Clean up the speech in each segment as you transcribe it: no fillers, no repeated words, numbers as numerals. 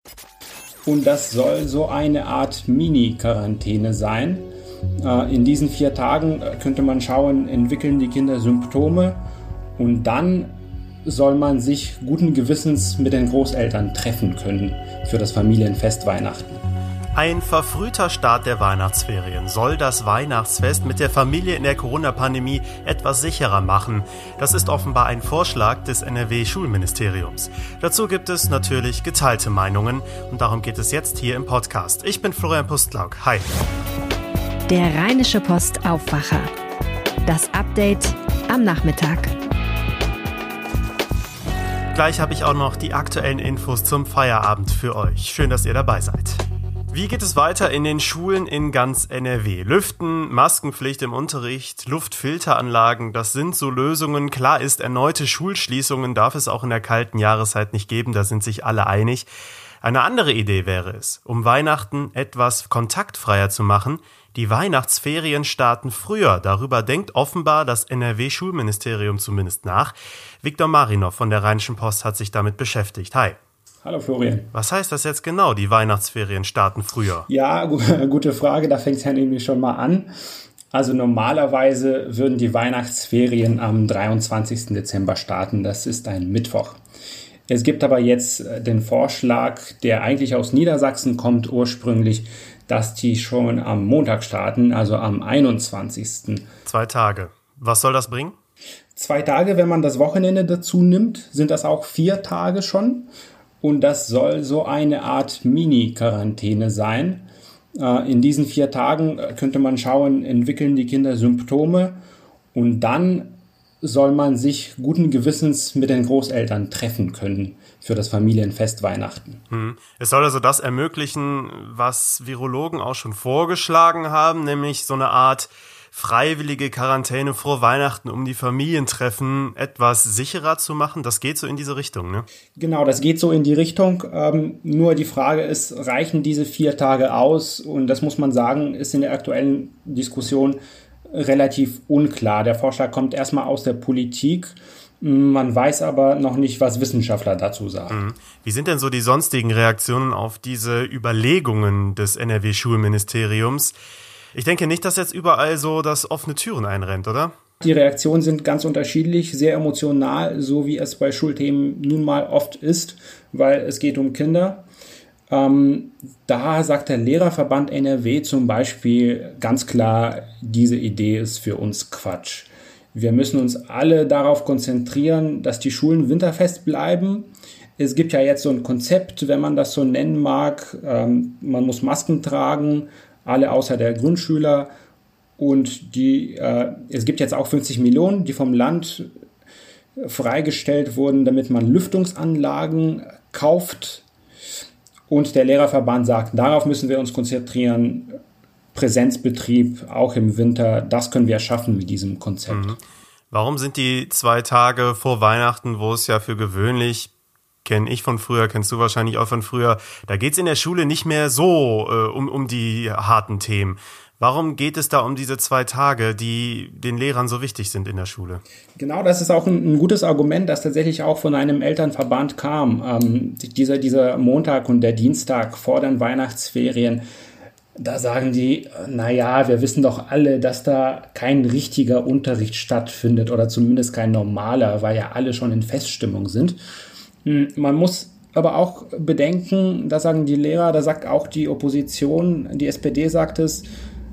Und das soll so eine Art Mini-Quarantäne sein. In diesen 4 Tagen könnte man schauen, entwickeln die Kinder Symptome und dann soll man sich guten Gewissens mit den Großeltern treffen können für das Familienfest Weihnachten. Ein verfrühter Start der Weihnachtsferien soll das Weihnachtsfest mit der Familie in der Corona-Pandemie etwas sicherer machen. Das ist offenbar ein Vorschlag des NRW-Schulministeriums. Dazu gibt es natürlich geteilte Meinungen und darum geht es jetzt hier im Podcast. Ich bin Florian Pustlauk. Hi. Der Rheinische Post Aufwacher. Das Update am Nachmittag. Gleich habe ich auch noch die aktuellen Infos zum Feierabend für euch. Schön, dass ihr dabei seid. Wie geht es weiter in den Schulen in ganz NRW? Lüften, Maskenpflicht im Unterricht, Luftfilteranlagen, das sind so Lösungen. Klar ist, erneute Schulschließungen darf es auch in der kalten Jahreszeit nicht geben, da sind sich alle einig. Eine andere Idee wäre es, um Weihnachten etwas kontaktfreier zu machen. Die Weihnachtsferien starten früher. Darüber denkt offenbar das NRW-Schulministerium zumindest nach. Viktor Marinov von der Rheinischen Post hat sich damit beschäftigt. Hi. Hallo Florian. Was heißt das jetzt genau, die Weihnachtsferien starten früher? Ja, gute Frage, da fängt es ja nämlich schon mal an. Also normalerweise würden die Weihnachtsferien am 23. Dezember starten, das ist ein Mittwoch. Es gibt aber jetzt den Vorschlag, der eigentlich aus Niedersachsen kommt ursprünglich, dass die schon am Montag starten, also am 21. 2 Tage. Was soll das bringen? 2 Tage, wenn man das Wochenende dazu nimmt, sind das auch 4 Tage schon. Und das soll so eine Art Mini-Quarantäne sein. In diesen 4 Tagen könnte man schauen, entwickeln die Kinder Symptome und dann soll man sich guten Gewissens mit den Großeltern treffen können für das Familienfest Weihnachten. Es soll also das ermöglichen, was Virologen auch schon vorgeschlagen haben, nämlich so eine Art freiwillige Quarantäne vor Weihnachten, um die Familientreffen etwas sicherer zu machen. Das geht so in diese Richtung, ne? Genau, das geht so in die Richtung. Nur die Frage ist, reichen diese 4 Tage aus? Und das muss man sagen, ist in der aktuellen Diskussion relativ unklar. Der Vorschlag kommt erstmal aus der Politik. Man weiß aber noch nicht, was Wissenschaftler dazu sagen. Wie sind denn so die sonstigen Reaktionen auf diese Überlegungen des NRW-Schulministeriums? Ich denke nicht, dass jetzt überall so das offene Türen einrennt, oder? Die Reaktionen sind ganz unterschiedlich, sehr emotional, so wie es bei Schulthemen nun mal oft ist, weil es geht um Kinder. Da sagt der Lehrerverband NRW zum Beispiel ganz klar, diese Idee ist für uns Quatsch. Wir müssen uns alle darauf konzentrieren, dass die Schulen winterfest bleiben. Es gibt ja jetzt so ein Konzept, wenn man das so nennen mag. Man muss Masken tragen, alle außer der Grundschüler. Und es gibt jetzt auch 50 Millionen, die vom Land freigestellt wurden, damit man Lüftungsanlagen kauft. Und der Lehrerverband sagt, darauf müssen wir uns konzentrieren. Präsenzbetrieb, auch im Winter, das können wir schaffen mit diesem Konzept. Warum sind die 2 Tage vor Weihnachten, wo es ja für gewöhnlich, kenne ich von früher, kennst du wahrscheinlich auch von früher, da geht es in der Schule nicht mehr so um die harten Themen. Warum geht es da um diese 2 Tage, die den Lehrern so wichtig sind in der Schule? Genau, das ist auch ein gutes Argument, das tatsächlich auch von einem Elternverband kam. Dieser Montag und der Dienstag vor den Weihnachtsferien, da sagen die, naja, wir wissen doch alle, dass da kein richtiger Unterricht stattfindet oder zumindest kein normaler, weil ja alle schon in Feststimmung sind. Man muss aber auch bedenken, da sagen die Lehrer, da sagt auch die Opposition, die SPD sagt es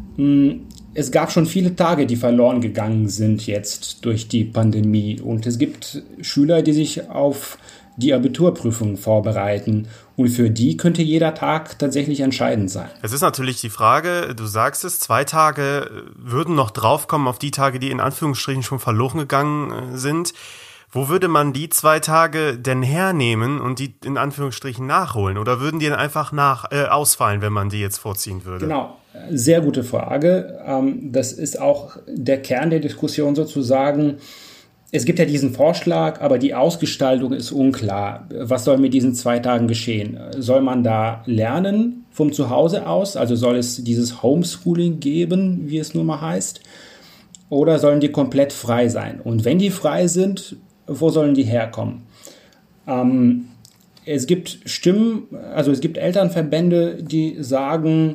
gab schon viele Tage, die verloren gegangen sind jetzt durch die Pandemie. Und es gibt Schüler, die sich auf die Abiturprüfung vorbereiten. Und für die könnte jeder Tag tatsächlich entscheidend sein. Es ist natürlich die Frage, du sagst es, 2 Tage würden noch draufkommen auf die Tage, die in Anführungsstrichen schon verloren gegangen sind. Wo würde man die 2 Tage denn hernehmen und die in Anführungsstrichen nachholen? Oder würden die dann einfach ausfallen, wenn man die jetzt vorziehen würde? Genau, sehr gute Frage. Das ist auch der Kern der Diskussion sozusagen. Es gibt ja diesen Vorschlag, aber die Ausgestaltung ist unklar. Was soll mit diesen 2 Tagen geschehen? Soll man da lernen vom Zuhause aus? Also soll es dieses Homeschooling geben, wie es nun mal heißt? Oder sollen die komplett frei sein? Und wenn die frei sind, wo sollen die herkommen? Es gibt Stimmen, also es gibt Elternverbände, die sagen,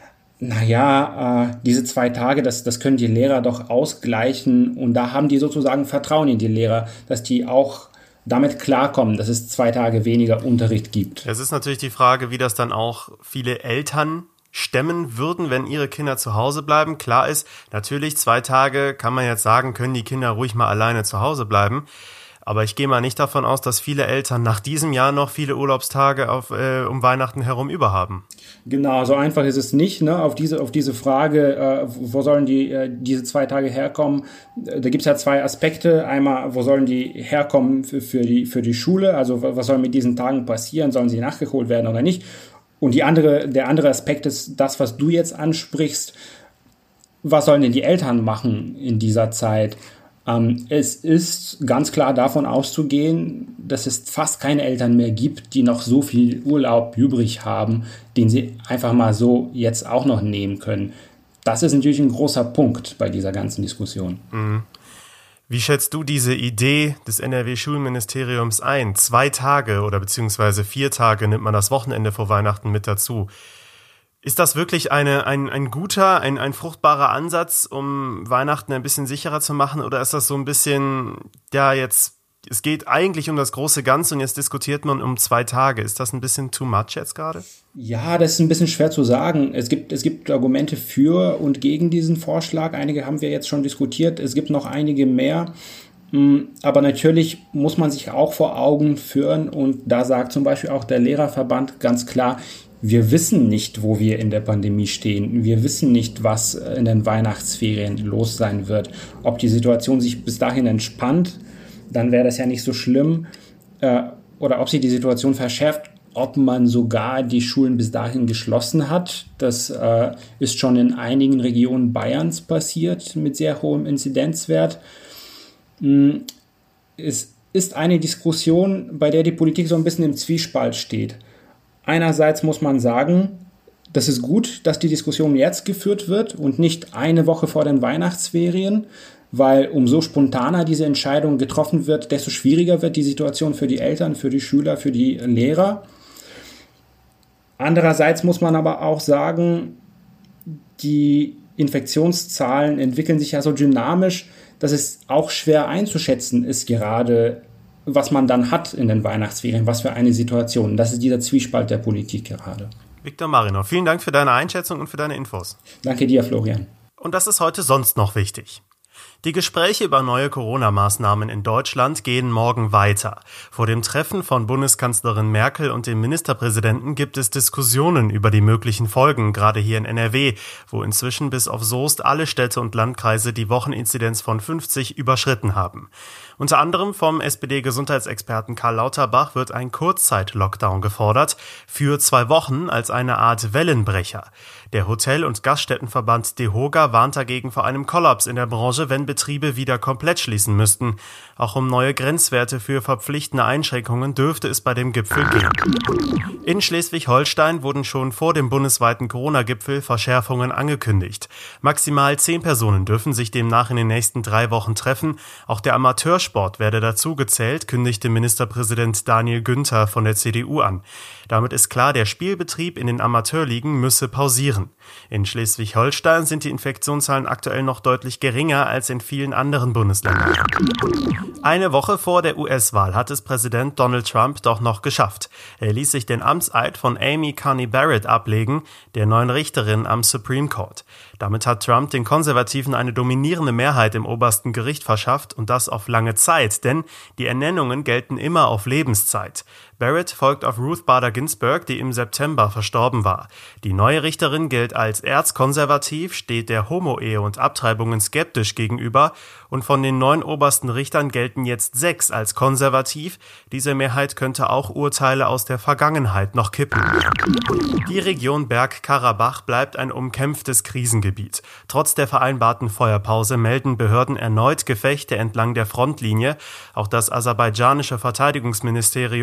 diese 2 Tage, das können die Lehrer doch ausgleichen. Und da haben die sozusagen Vertrauen in die Lehrer, dass die auch damit klarkommen, dass es 2 Tage weniger Unterricht gibt. Es ist natürlich die Frage, wie das dann auch viele Eltern stemmen würden, wenn ihre Kinder zu Hause bleiben. Klar ist, natürlich 2 Tage, kann man jetzt sagen, können die Kinder ruhig mal alleine zu Hause bleiben. Aber ich gehe mal nicht davon aus, dass viele Eltern nach diesem Jahr noch viele Urlaubstage um Weihnachten herum über haben. Genau, so einfach ist es nicht. Ne? Auf diese Frage, wo sollen diese 2 Tage herkommen, da gibt es ja 2 Aspekte. Einmal, wo sollen die herkommen für die Schule? Also was soll mit diesen Tagen passieren? Sollen sie nachgeholt werden oder nicht? Und der andere Aspekt ist das, was du jetzt ansprichst. Was sollen denn die Eltern machen in dieser Zeit? Es ist ganz klar davon auszugehen, dass es fast keine Eltern mehr gibt, die noch so viel Urlaub übrig haben, den sie einfach mal so jetzt auch noch nehmen können. Das ist natürlich ein großer Punkt bei dieser ganzen Diskussion. Mhm. Wie schätzt du diese Idee des NRW-Schulministeriums ein? 2 Tage oder beziehungsweise 4 Tage nimmt man das Wochenende vor Weihnachten mit dazu. Ist das wirklich ein guter, ein fruchtbarer Ansatz, um Weihnachten ein bisschen sicherer zu machen? Oder ist das so ein bisschen, es geht eigentlich um das große Ganze und jetzt diskutiert man um 2 Tage. Ist das ein bisschen too much jetzt gerade? Ja, das ist ein bisschen schwer zu sagen. Es gibt Argumente für und gegen diesen Vorschlag. Einige haben wir jetzt schon diskutiert. Es gibt noch einige mehr. Aber natürlich muss man sich auch vor Augen führen. Und da sagt zum Beispiel auch der Lehrerverband ganz klar, wir wissen nicht, wo wir in der Pandemie stehen. Wir wissen nicht, was in den Weihnachtsferien los sein wird. Ob die Situation sich bis dahin entspannt, dann wäre das ja nicht so schlimm. Oder ob sich die Situation verschärft, ob man sogar die Schulen bis dahin geschlossen hat. Das ist schon in einigen Regionen Bayerns passiert mit sehr hohem Inzidenzwert. Es ist eine Diskussion, bei der die Politik so ein bisschen im Zwiespalt steht. Einerseits muss man sagen, das ist gut, dass die Diskussion jetzt geführt wird und nicht eine Woche vor den Weihnachtsferien, weil umso spontaner diese Entscheidung getroffen wird, desto schwieriger wird die Situation für die Eltern, für die Schüler, für die Lehrer. Andererseits muss man aber auch sagen, die Infektionszahlen entwickeln sich ja so dynamisch, dass es auch schwer einzuschätzen ist gerade, was man dann hat in den Weihnachtsferien, was für eine Situation. Das ist dieser Zwiespalt der Politik gerade. Viktor Marinov, vielen Dank für deine Einschätzung und für deine Infos. Danke dir, Florian. Und das ist heute sonst noch wichtig. Die Gespräche über neue Corona-Maßnahmen in Deutschland gehen morgen weiter. Vor dem Treffen von Bundeskanzlerin Merkel und dem Ministerpräsidenten gibt es Diskussionen über die möglichen Folgen, gerade hier in NRW, wo inzwischen bis auf Soest alle Städte und Landkreise die Wocheninzidenz von 50 überschritten haben. Unter anderem vom SPD-Gesundheitsexperten Karl Lauterbach wird ein Kurzzeit-Lockdown gefordert, für 2 Wochen als eine Art Wellenbrecher. Der Hotel- und Gaststättenverband DEHOGA warnt dagegen vor einem Kollaps in der Branche, wenn Betriebe wieder komplett schließen müssten. Auch um neue Grenzwerte für verpflichtende Einschränkungen dürfte es bei dem Gipfel gehen. In Schleswig-Holstein wurden schon vor dem bundesweiten Corona-Gipfel Verschärfungen angekündigt. Maximal 10 Personen dürfen sich demnach in den nächsten 3 Wochen treffen. Auch der Amateursport werde dazu gezählt, kündigte Ministerpräsident Daniel Günther von der CDU an. Damit ist klar, der Spielbetrieb in den Amateurligen müsse pausieren. In Schleswig-Holstein sind die Infektionszahlen aktuell noch deutlich geringer als in vielen anderen Bundesländern. Eine Woche vor der US-Wahl hat es Präsident Donald Trump doch noch geschafft. Er ließ sich den Amtseid von Amy Coney Barrett ablegen, der neuen Richterin am Supreme Court. Damit hat Trump den Konservativen eine dominierende Mehrheit im obersten Gericht verschafft und das auf lange Zeit, denn die Ernennungen gelten immer auf Lebenszeit. Barrett folgt auf Ruth Bader Ginsburg, die im September verstorben war. Die neue Richterin gilt als erzkonservativ, steht der Homo-Ehe und Abtreibungen skeptisch gegenüber und von den 9 obersten Richtern gelten jetzt 6 als konservativ. Diese Mehrheit könnte auch Urteile aus der Vergangenheit noch kippen. Die Region Bergkarabach bleibt ein umkämpftes Krisengebiet. Trotz der vereinbarten Feuerpause melden Behörden erneut Gefechte entlang der Frontlinie. Auch das aserbaidschanische Verteidigungsministerium bestätigt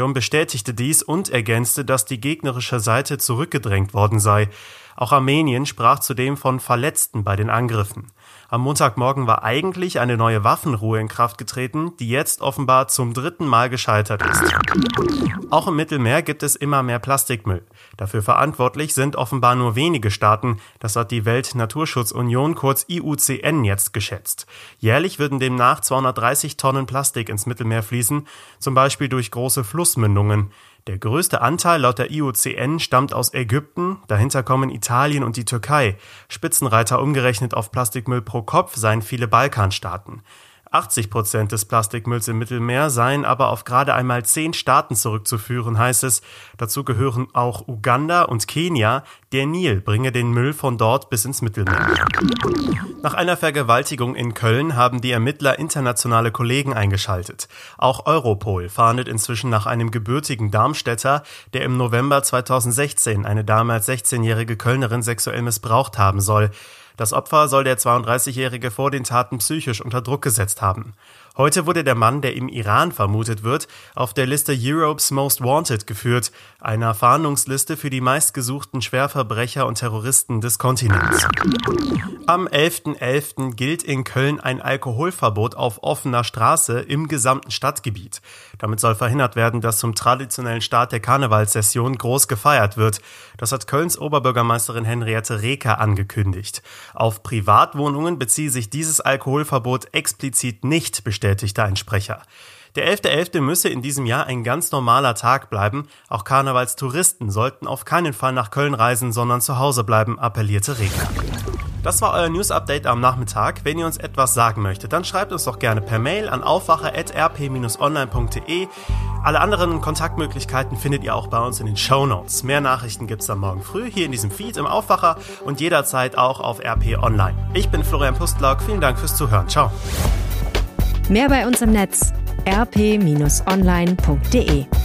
bestätigte dies und ergänzte, dass die gegnerische Seite zurückgedrängt worden sei. Auch Armenien sprach zudem von Verletzten bei den Angriffen. Am Montagmorgen war eigentlich eine neue Waffenruhe in Kraft getreten, die jetzt offenbar zum 3. Mal gescheitert ist. Auch im Mittelmeer gibt es immer mehr Plastikmüll. Dafür verantwortlich sind offenbar nur wenige Staaten. Das hat die Weltnaturschutzunion, kurz IUCN, jetzt geschätzt. Jährlich würden demnach 230 Tonnen Plastik ins Mittelmeer fließen, zum Beispiel durch große Flussmündungen. Der größte Anteil laut der IUCN stammt aus Ägypten, dahinter kommen Italien und die Türkei. Spitzenreiter umgerechnet auf Plastikmüll pro Kopf seien viele Balkanstaaten. 80% des Plastikmülls im Mittelmeer seien aber auf gerade einmal 10 Staaten zurückzuführen, heißt es. Dazu gehören auch Uganda und Kenia. Der Nil bringe den Müll von dort bis ins Mittelmeer. Nach einer Vergewaltigung in Köln haben die Ermittler internationale Kollegen eingeschaltet. Auch Europol fahndet inzwischen nach einem gebürtigen Darmstädter, der im November 2016 eine damals 16-jährige Kölnerin sexuell missbraucht haben soll. Das Opfer soll der 32-Jährige vor den Taten psychisch unter Druck gesetzt haben. Heute wurde der Mann, der im Iran vermutet wird, auf der Liste Europe's Most Wanted geführt, einer Fahndungsliste für die meistgesuchten Schwerverbrecher und Terroristen des Kontinents. Am 11.11. gilt in Köln ein Alkoholverbot auf offener Straße im gesamten Stadtgebiet. Damit soll verhindert werden, dass zum traditionellen Start der Karnevalssession groß gefeiert wird. Das hat Kölns Oberbürgermeisterin Henriette Reker angekündigt. Auf Privatwohnungen beziehe sich dieses Alkoholverbot explizit nicht, bestätigte ein Sprecher. Der 11.11. müsse in diesem Jahr ein ganz normaler Tag bleiben. Auch Karnevalstouristen sollten auf keinen Fall nach Köln reisen, sondern zu Hause bleiben, appellierte Reker. Das war euer News-Update am Nachmittag. Wenn ihr uns etwas sagen möchtet, dann schreibt uns doch gerne per Mail an aufwacher@rp-online.de. Alle anderen Kontaktmöglichkeiten findet ihr auch bei uns in den Shownotes. Mehr Nachrichten gibt's dann morgen früh hier in diesem Feed im Aufwacher und jederzeit auch auf RP Online. Ich bin Florian Pustlauk. Vielen Dank fürs Zuhören. Ciao. Mehr bei uns im Netz rp-online.de